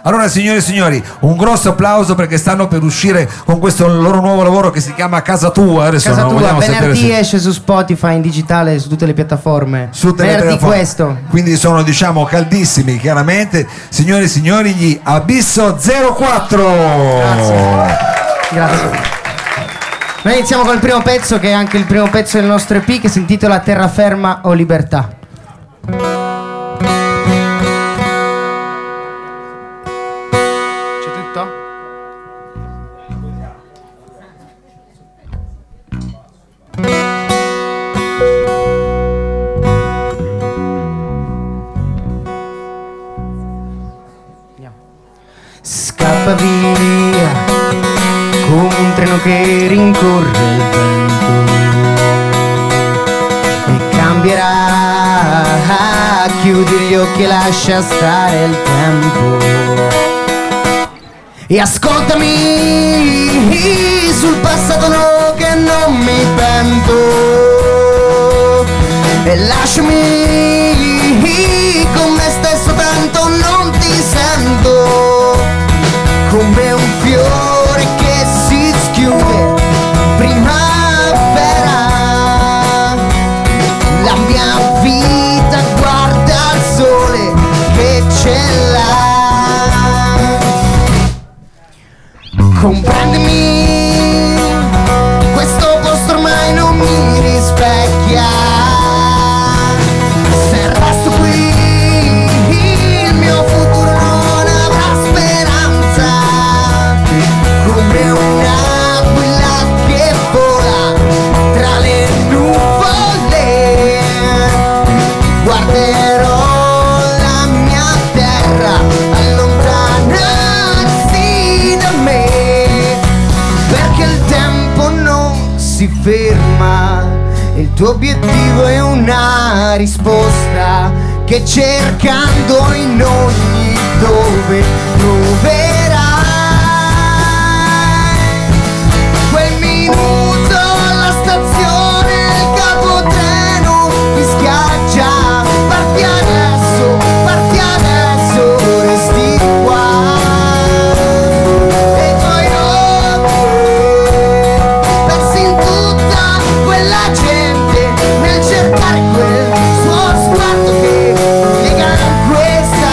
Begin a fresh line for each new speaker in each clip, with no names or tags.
Allora, signore e signori, un grosso applauso perché stanno per uscire con questo loro nuovo lavoro che si chiama Casa Tua. Adesso
Casa Tua,
vogliamo
venerdì
sapere
esce su Spotify, in digitale, su tutte le piattaforme.
su tutte le
Venerdì
piattaforme.
questo.
Quindi sono, diciamo, caldissimi, chiaramente. Signore e signori, gli Abisso 04.
Grazie. Noi iniziamo col primo pezzo, che è anche il primo pezzo del nostro EP, che si intitola Terraferma o Libertà. C'è tutto? Scappa via come un treno che rincorre il vento e cambierà. Chiudi gli occhi e lascia stare il tempo e ascoltami, sul passato no, che non mi pento, e lasciami con me stesso, tanto non ti sento, come un fiore che si schiude primavera. La mia vita guarda il sole che ce l'ha. Comprendimi, questo posto ormai non mi rispecchia. Se resto qui il mio futuro non avrà speranza, come un'aquila che vola tra le nuvole. Guarderò la mia terra allontanarsi da me, perché il tempo non si ferma e il tuo obiettivo è una risposta che cercando in ogni dove troverai. Quel minuto alla stazione il capotreno fischia già. Parti adesso, resti qua. E i tuoi occhi persi in tutta quella gente, nel cercare quel suo sguardo che lega in questa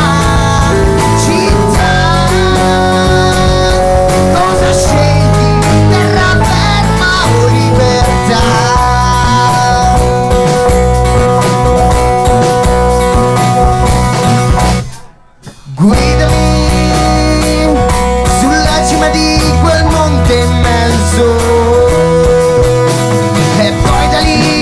città. Cosa scegli, terraferma o libertà? Guidami sulla cima di quel monte immenso, e poi da lì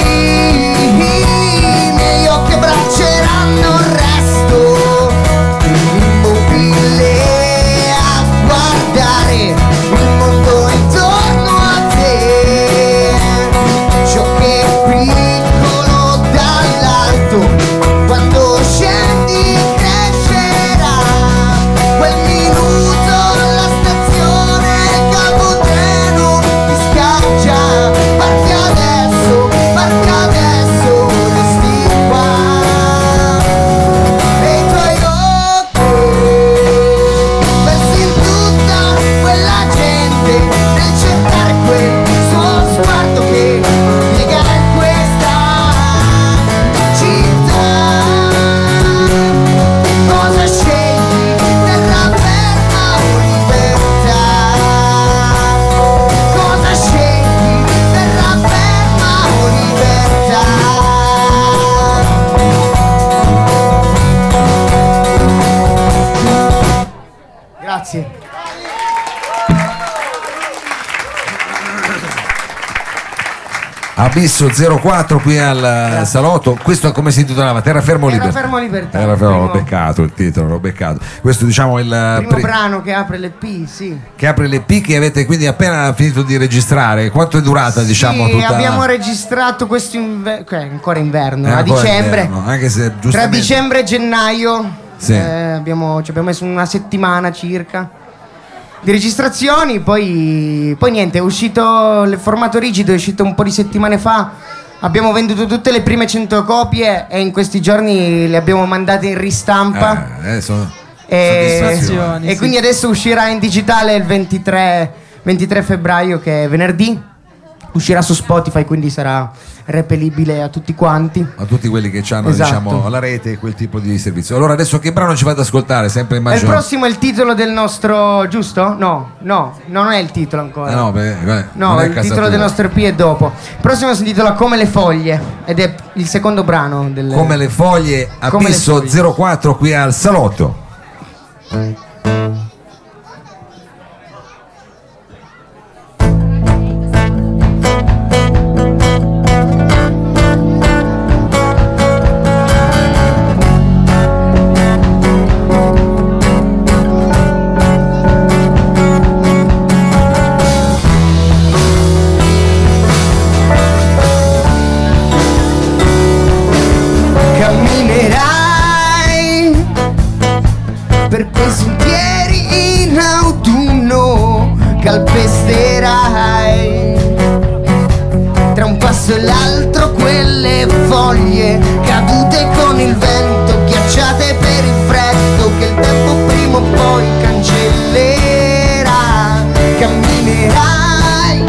i miei occhi abbracceranno il resto, immobile a guardare il mondo intorno a te. Ciò che è piccolo dall'alto, quando scendi crescerà. Quel minuto alla stazione il capotreno fischia già. Parti adesso, resti qua. E i tuoi occhi persi in tutta quella gente, nel cercare quel suo sguardo che piega in questa città. Cosa scegli, terraferma o libertà? Cosa scegli, terraferma o libertà? Grazie.
Abisso 04 qui al salotto. Questo come si intitolava? Terraferma o Libertà?
Terraferma o Libertà.
Terraferma, l'ho
Primo-
beccato il titolo, l'ho beccato. Questo, diciamo, è il
Primo brano che apre l'EP, sì.
che apre l'EP che avete quindi appena finito di registrare. Quanto è durata, diciamo,
Sì,
tutta?
abbiamo registrato questo ancora inverno,
È
a
ancora
dicembre.
inverno, anche se
Tra
giustamente
dicembre e gennaio
Sì.
ci abbiamo messo una settimana circa di registrazioni, poi niente, è uscito il formato rigido, è uscito un po' di settimane fa. Abbiamo venduto tutte le prime 100 copie e in questi giorni le abbiamo mandate in ristampa.
adesso
Soddisfazioni,
e
sì.
quindi adesso uscirà in digitale il 23 febbraio, che è venerdì. Uscirà su Spotify, quindi sarà repelibile a tutti quanti.
A tutti quelli che hanno,
Esatto.
diciamo, la rete e quel tipo di servizio. Allora adesso che brano ci fate ascoltare? Sempre
Il
immagino.
prossimo è il titolo del nostro, giusto? No, non è il titolo ancora.
No, beh,
No,
non è
il
casa
titolo
tua.
del nostro EP è dopo. Il prossimo si intitola Come le foglie ed è il secondo brano del...
Come le foglie,
Come le
Abisso
foglie.
04 qui al Salotto.
Camminerai per quei sentieri in autunno, calpesterai tra un passo e l'altro quelle foglie cadute con il vento, ghiacciate per il freddo che il tempo prima o poi cancellerà. Camminerai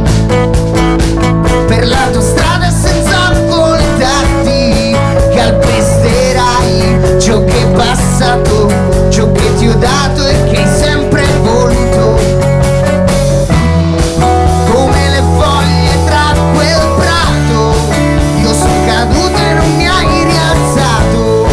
per la tua strada senza voltarti, calpesterai ciò che è passato, ciò che ti ho dato e che hai sempre voluto. Come le foglie tra quel prato, io sono caduto e non mi hai rialzato.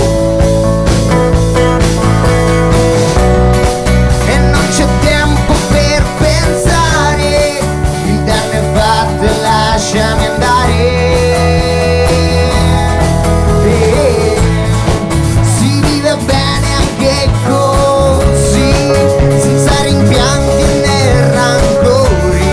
E non c'è tempo per pensare, il danno è fatto e lasciami andare. Si vive bene anche così, senza rimpianti né rancori,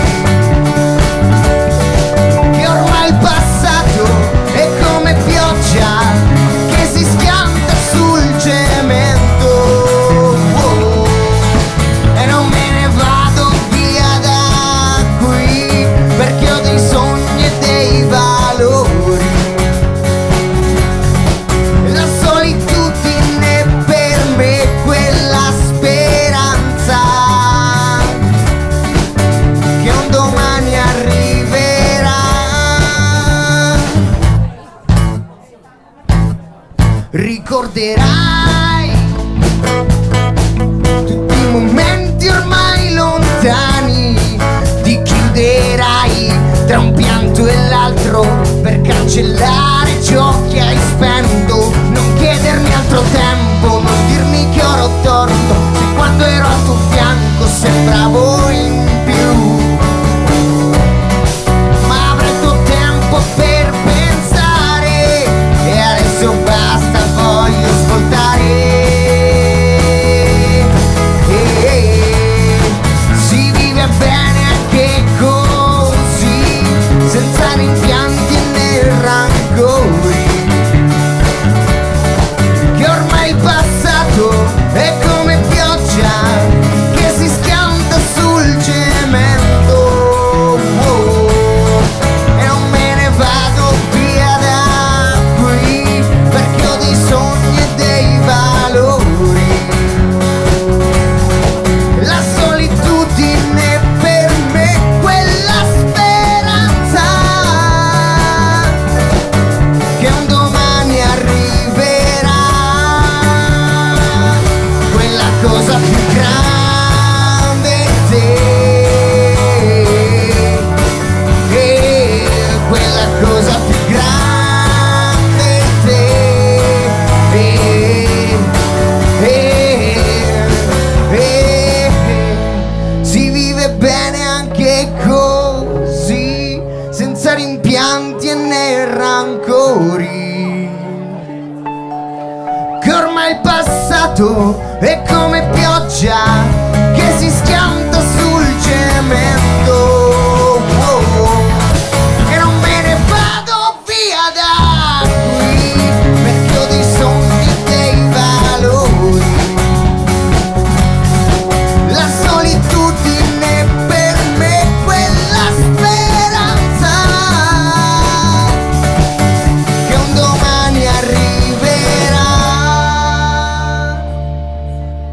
che ormai il passato è come pioggia che si schianta sul cemento. Oh, e non me ne vado via da qui, perché ho dei sogni e dei valori. La solitudine per me è quella speranza che un domani arriverà. Ricorderai tutti i momenti ormai lontani, ti chiuderai tra un pianto e l'altro per cancellare ciò che hai spento. Non chiedermi altro tempo, non dirmi che ora ho torto, se quando ero al tuo fianco sembravo in più. Ma avrei tuo tempo per pensare e adesso basta, voglio ascoltare. Si vive bene anche così, senza rimpianti né rancori, che ormai il passato è come pioggia che si schianta sul cemento. Oh, e non me ne vado via da qui, perché ho dei sogni e dei valori. La solitudine per me è quella speranza che un domani arriverà. Quella cosa più grande in te, quella cosa più grande in te. Si vive bene anche così, senza rimpianti e né rancori, che ormai il passato è come pioggia che si schianta sul cemento. Oh, e non me ne vado via da qui, perché ho dei sogni e dei valori. La solitudine per me è quella speranza che un domani arriverà.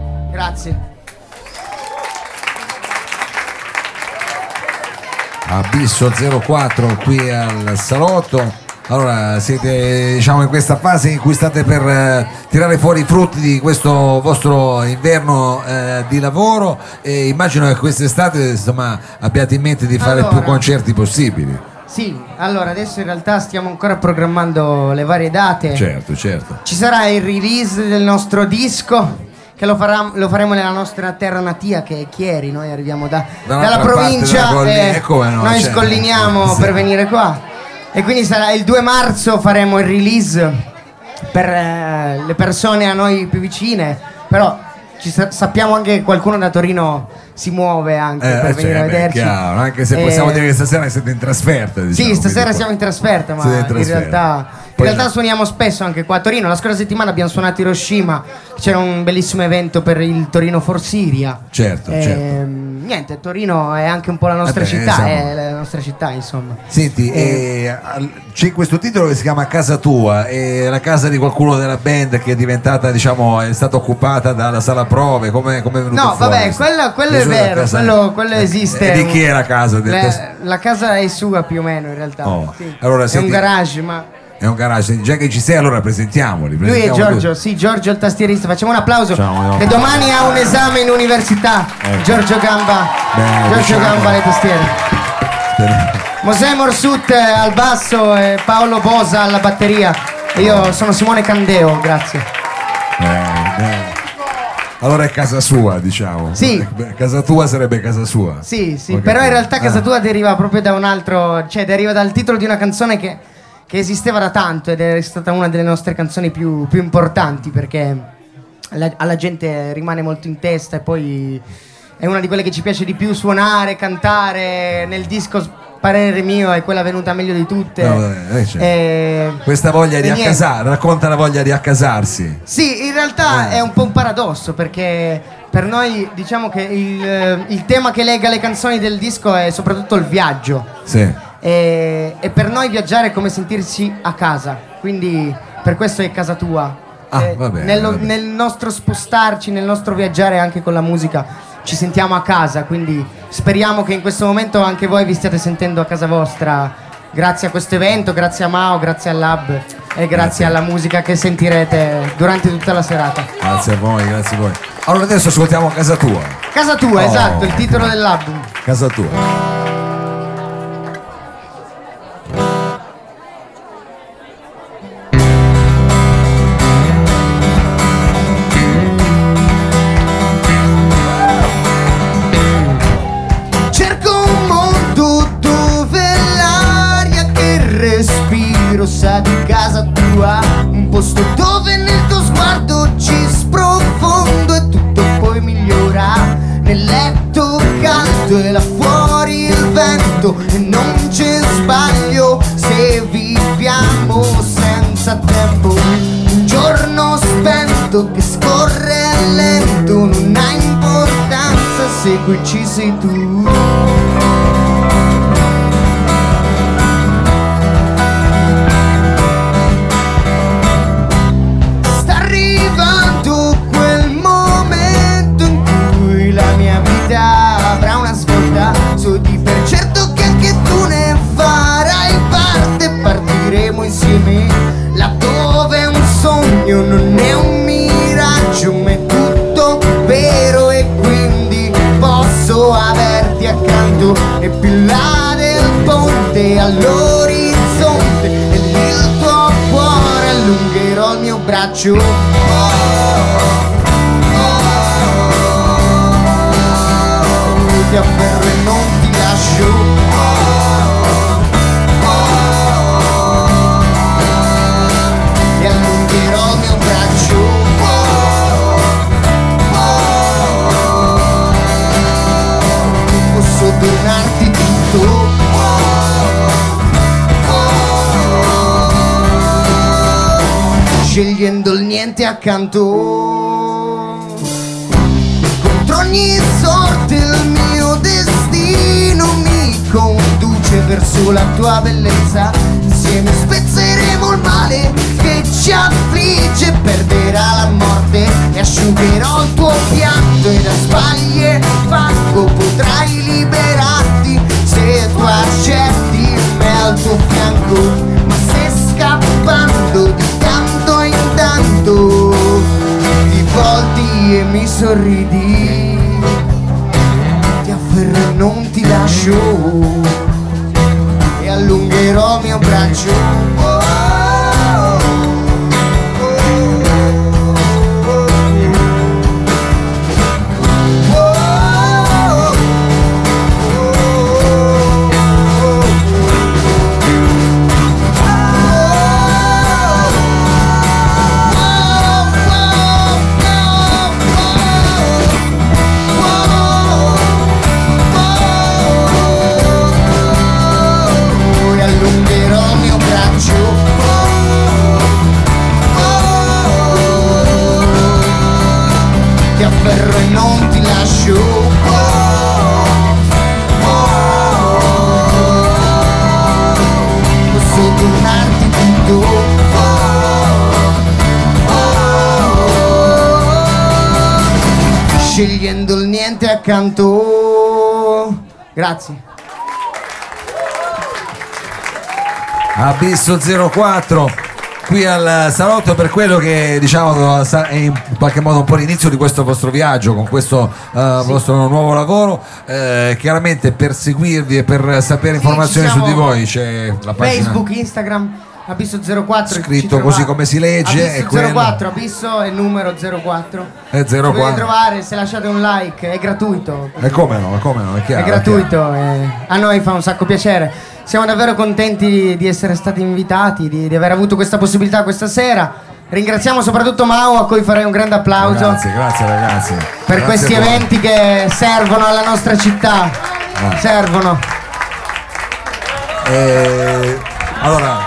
Abisso 04 qui al salotto. Allora, siete diciamo in questa fase in cui state per tirare fuori i frutti di questo vostro inverno di lavoro, e immagino che quest'estate insomma abbiate in mente di fare più concerti possibili.
Sì, allora adesso in realtà stiamo ancora programmando le varie date.
Certo.
Ci sarà il release del nostro disco, che lo faremo nella nostra terra natia, che è Chieri. Noi arriviamo dalla provincia e noi scolliniamo per venire qua. E quindi sarà il 2 marzo faremo il release per le persone a noi più vicine, però sappiamo anche che qualcuno da Torino si muove anche per venire a vederci.
Chiaro, anche se possiamo dire che stasera siete in trasferta, diciamo.
Sì, stasera siamo in trasferta, ma in realtà suoniamo spesso anche qua a Torino. La scorsa settimana abbiamo suonato a Hiroshima, c'era un bellissimo evento per il Torino for Siria.
Certo.
Niente, Torino è anche un po' la nostra città, è la nostra città, insomma.
Senti, c'è questo titolo che si chiama Casa Tua, è la casa di qualcuno della band che è diventata, diciamo, è stata occupata dalla sala prove, come è venuto
No,
fuori?
Vabbè, quello è vero, quello esiste.
E di chi è la casa?
La casa è sua più o meno in realtà.
Sì. Allora,
è un garage, ma...
È un garage, già che ci sei allora presentiamoli.
Lui è Giorgio, sì, Giorgio il tastierista, facciamo un applauso.
Ciao,
che domani ha un esame in università. Giorgio Gamba. Gamba alle tastiere. Mosè Morsut al basso e Paolo Bosa alla batteria. E io sono Simone Candeo, grazie.
Allora è casa sua, diciamo.
Sì.
Casa tua sarebbe casa sua.
Sì, però in realtà casa tua deriva proprio da un altro, cioè deriva dal titolo di una canzone che esisteva da tanto ed è stata una delle nostre canzoni più importanti, perché alla gente rimane molto in testa e poi è una di quelle che ci piace di più suonare, cantare. Nel disco parere mio è quella venuta meglio di tutte.
Questa voglia di accasare, racconta la voglia di accasarsi.
Sì, in realtà è un po' un paradosso, perché per noi diciamo che il tema che lega le canzoni del disco è soprattutto il viaggio.
Sì.
E per noi viaggiare è come sentirsi a casa, quindi per questo è casa tua. Nel nostro spostarci, nel nostro viaggiare anche con la musica ci sentiamo a casa, quindi speriamo che in questo momento anche voi vi stiate sentendo a casa vostra, grazie a questo evento, grazie a Mao, grazie al Lab e grazie alla musica che sentirete durante tutta la serata.
Grazie a voi. Allora adesso ascoltiamo Casa Tua.
Casa Tua, esatto, il titolo dell'album.
Casa Tua.
Sa di casa tua, un posto dove nel tuo sguardo ci sprofondo e tutto poi migliora. Nel letto caldo e là fuori il vento e non c'è sbaglio se viviamo senza tempo. Un giorno spento che scorre lento, non ha importanza se qui ci sei tu. Laddove un sogno non è un miraggio ma è tutto vero, e quindi posso averti accanto e più in là del ponte all'orizzonte, e lì il tuo cuore allungherò il mio braccio. Ti afferro e non ti lascio. Tornarti tutto, scegliendo il niente accanto. Contro ogni sorte il mio destino mi conduce verso la tua bellezza. Insieme spezzeremo il male che ci affligge, perderà la morte e asciugherò il tuo pianto, e da sbagli e fango potrai liberarti se tu hai sorridi, ti afferro e non ti lascio, e allungherò il mio braccio. Ti afferro e non ti lascio, posso donarti tutto, scegliendo il niente accanto. Grazie.
Abisso 04 qui al salotto, per quello che diciamo è in qualche modo un po' l'inizio di questo vostro viaggio con questo vostro nuovo lavoro. Chiaramente per seguirvi e per sapere informazioni su di voi c'è la pagina
Facebook, Instagram, Abisso 04,
scritto così come si legge,
Abisso
e
04, Abisso è il numero 04.
È 04.
Ci potete trovare, se lasciate un like, è gratuito.
E come no, è chiaro.
È gratuito, a noi fa un sacco piacere. Siamo davvero contenti di essere stati invitati, di aver avuto questa possibilità questa sera. Ringraziamo soprattutto Mau, a cui farei un grande applauso.
Grazie ragazzi.
Per questi eventi che servono alla nostra città. Servono.
Allora,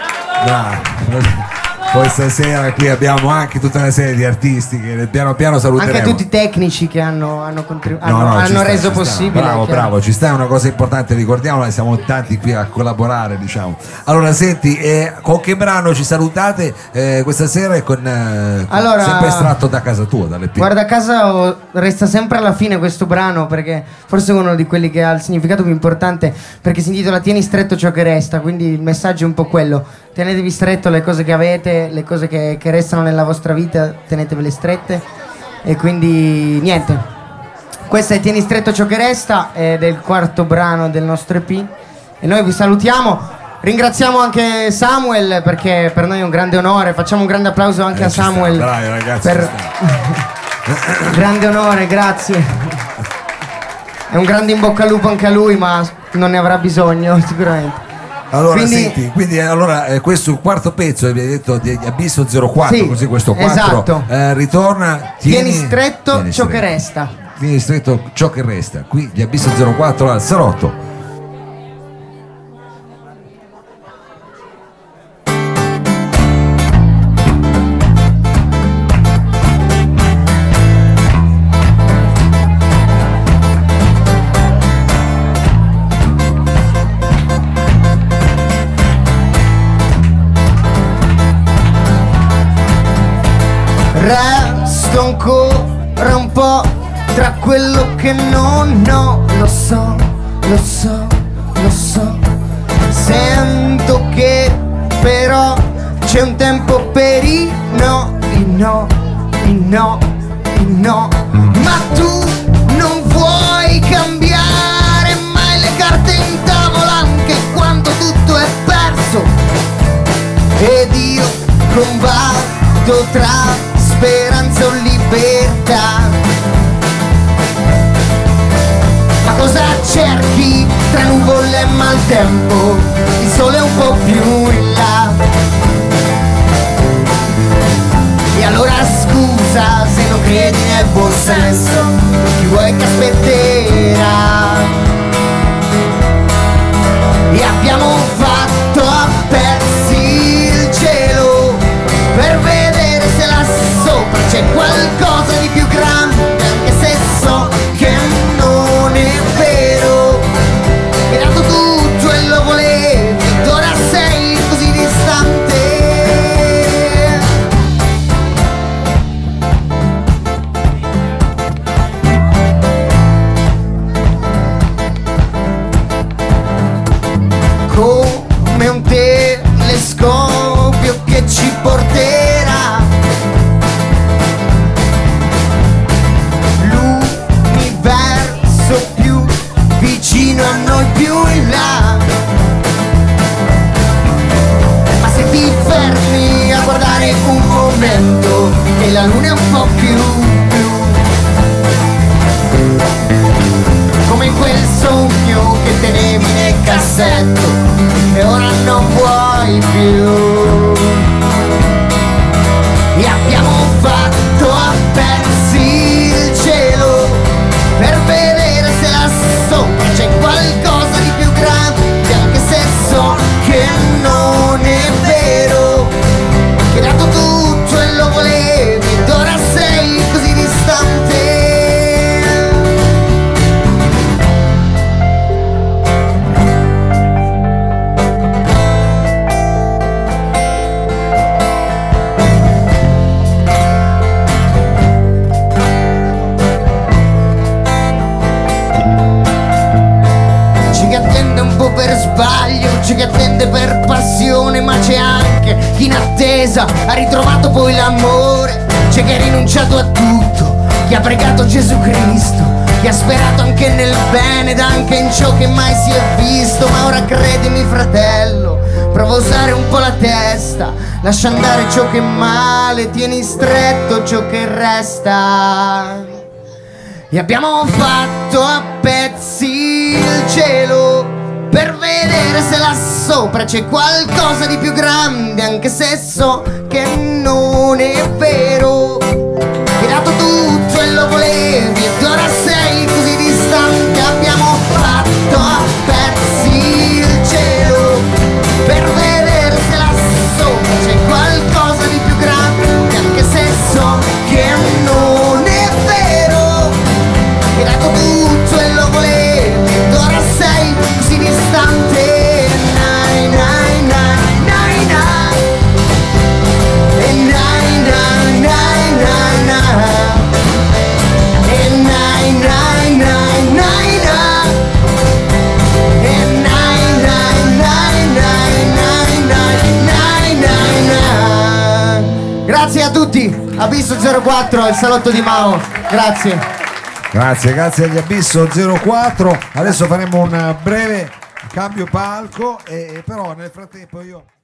poi stasera qui abbiamo anche tutta una serie di artisti che piano piano saluteremo.
Anche tutti i tecnici che hanno reso possibile.
Bravo, ci sta, è una cosa importante, ricordiamola, siamo tanti qui a collaborare, diciamo. Allora senti, con che brano ci salutate questa sera? E con
allora,
sempre estratto da casa tua, dall'EP.
Guarda, a casa resta sempre alla fine questo brano, perché forse è uno di quelli che ha il significato più importante, perché si intitola Tieni stretto ciò che resta, quindi il messaggio è un po' quello: tenetevi stretto le cose che avete, le cose che restano nella vostra vita, tenetevele strette. E quindi niente, questa è Tieni stretto ciò che resta, ed è il quarto brano del nostro EP, e noi vi salutiamo. Ringraziamo anche Samuel, perché per noi è un grande onore. Facciamo un grande applauso anche a Samuel.
Bravi ragazzi,
grande onore, grazie. È un grande in bocca al lupo anche a lui, ma non ne avrà bisogno sicuramente.
Allora, quindi allora, questo è il quarto pezzo, abbiamo detto, di Abisso 04, sì, così questo 4
esatto.
Ritorna.
Tieni stretto ciò che resta.
Tieni stretto ciò che resta. Qui di Abisso 04 al salotto.
Resto ancora un po' tra quello che non ho, lo so. Sento che però c'è un tempo per i no. Ma tu non vuoi cambiare mai le carte in tavola, anche quando tutto è perso. Ed io combatto tra speranza o libertà. Ma cosa cerchi tra nuvole e maltempo? Il sole è un po' più in là. E allora scusa se non credi nel buon senso, chi vuoi che aspetterà? E abbiamo fatto a pezzi il cielo per vedere se là sopra c'è qualcosa di più grande, anche se so che non è vero. Hai dato tutto e lo volevi, ed ora sei così distante. chiesa ha ritrovato poi l'amore. C'è chi ha rinunciato a tutto, chi ha pregato Gesù Cristo, chi ha sperato anche nel bene ed anche in ciò che mai si è visto. Ma ora credimi fratello, prova a usare un po' la testa, lascia andare ciò che è male, tieni stretto ciò che resta. E abbiamo fatto a pezzi il cielo per vedere se là sopra c'è qualcosa di più grande, anche se so che non è vero. Hai dato tutto e lo volevi ed ora sei così distante. Abbiamo fatto a pezzi il cielo per vedere se là sopra c'è qualcosa di più grande, anche se so che non è vero. Hai dato tutto e lo volevi ed ora sei così distante. Nai, nai, nai, nai, nai. E nai, nai, nai, nai, nai. E nai, nai, nai, nai, nai. E nai, nai, nai, nai, nai, nai, nai, nai. Grazie a tutti. Abisso 04 al salotto di Mao. Grazie.
Grazie agli Abisso 04. Adesso faremo un breve cambio palco, però nel frattempo io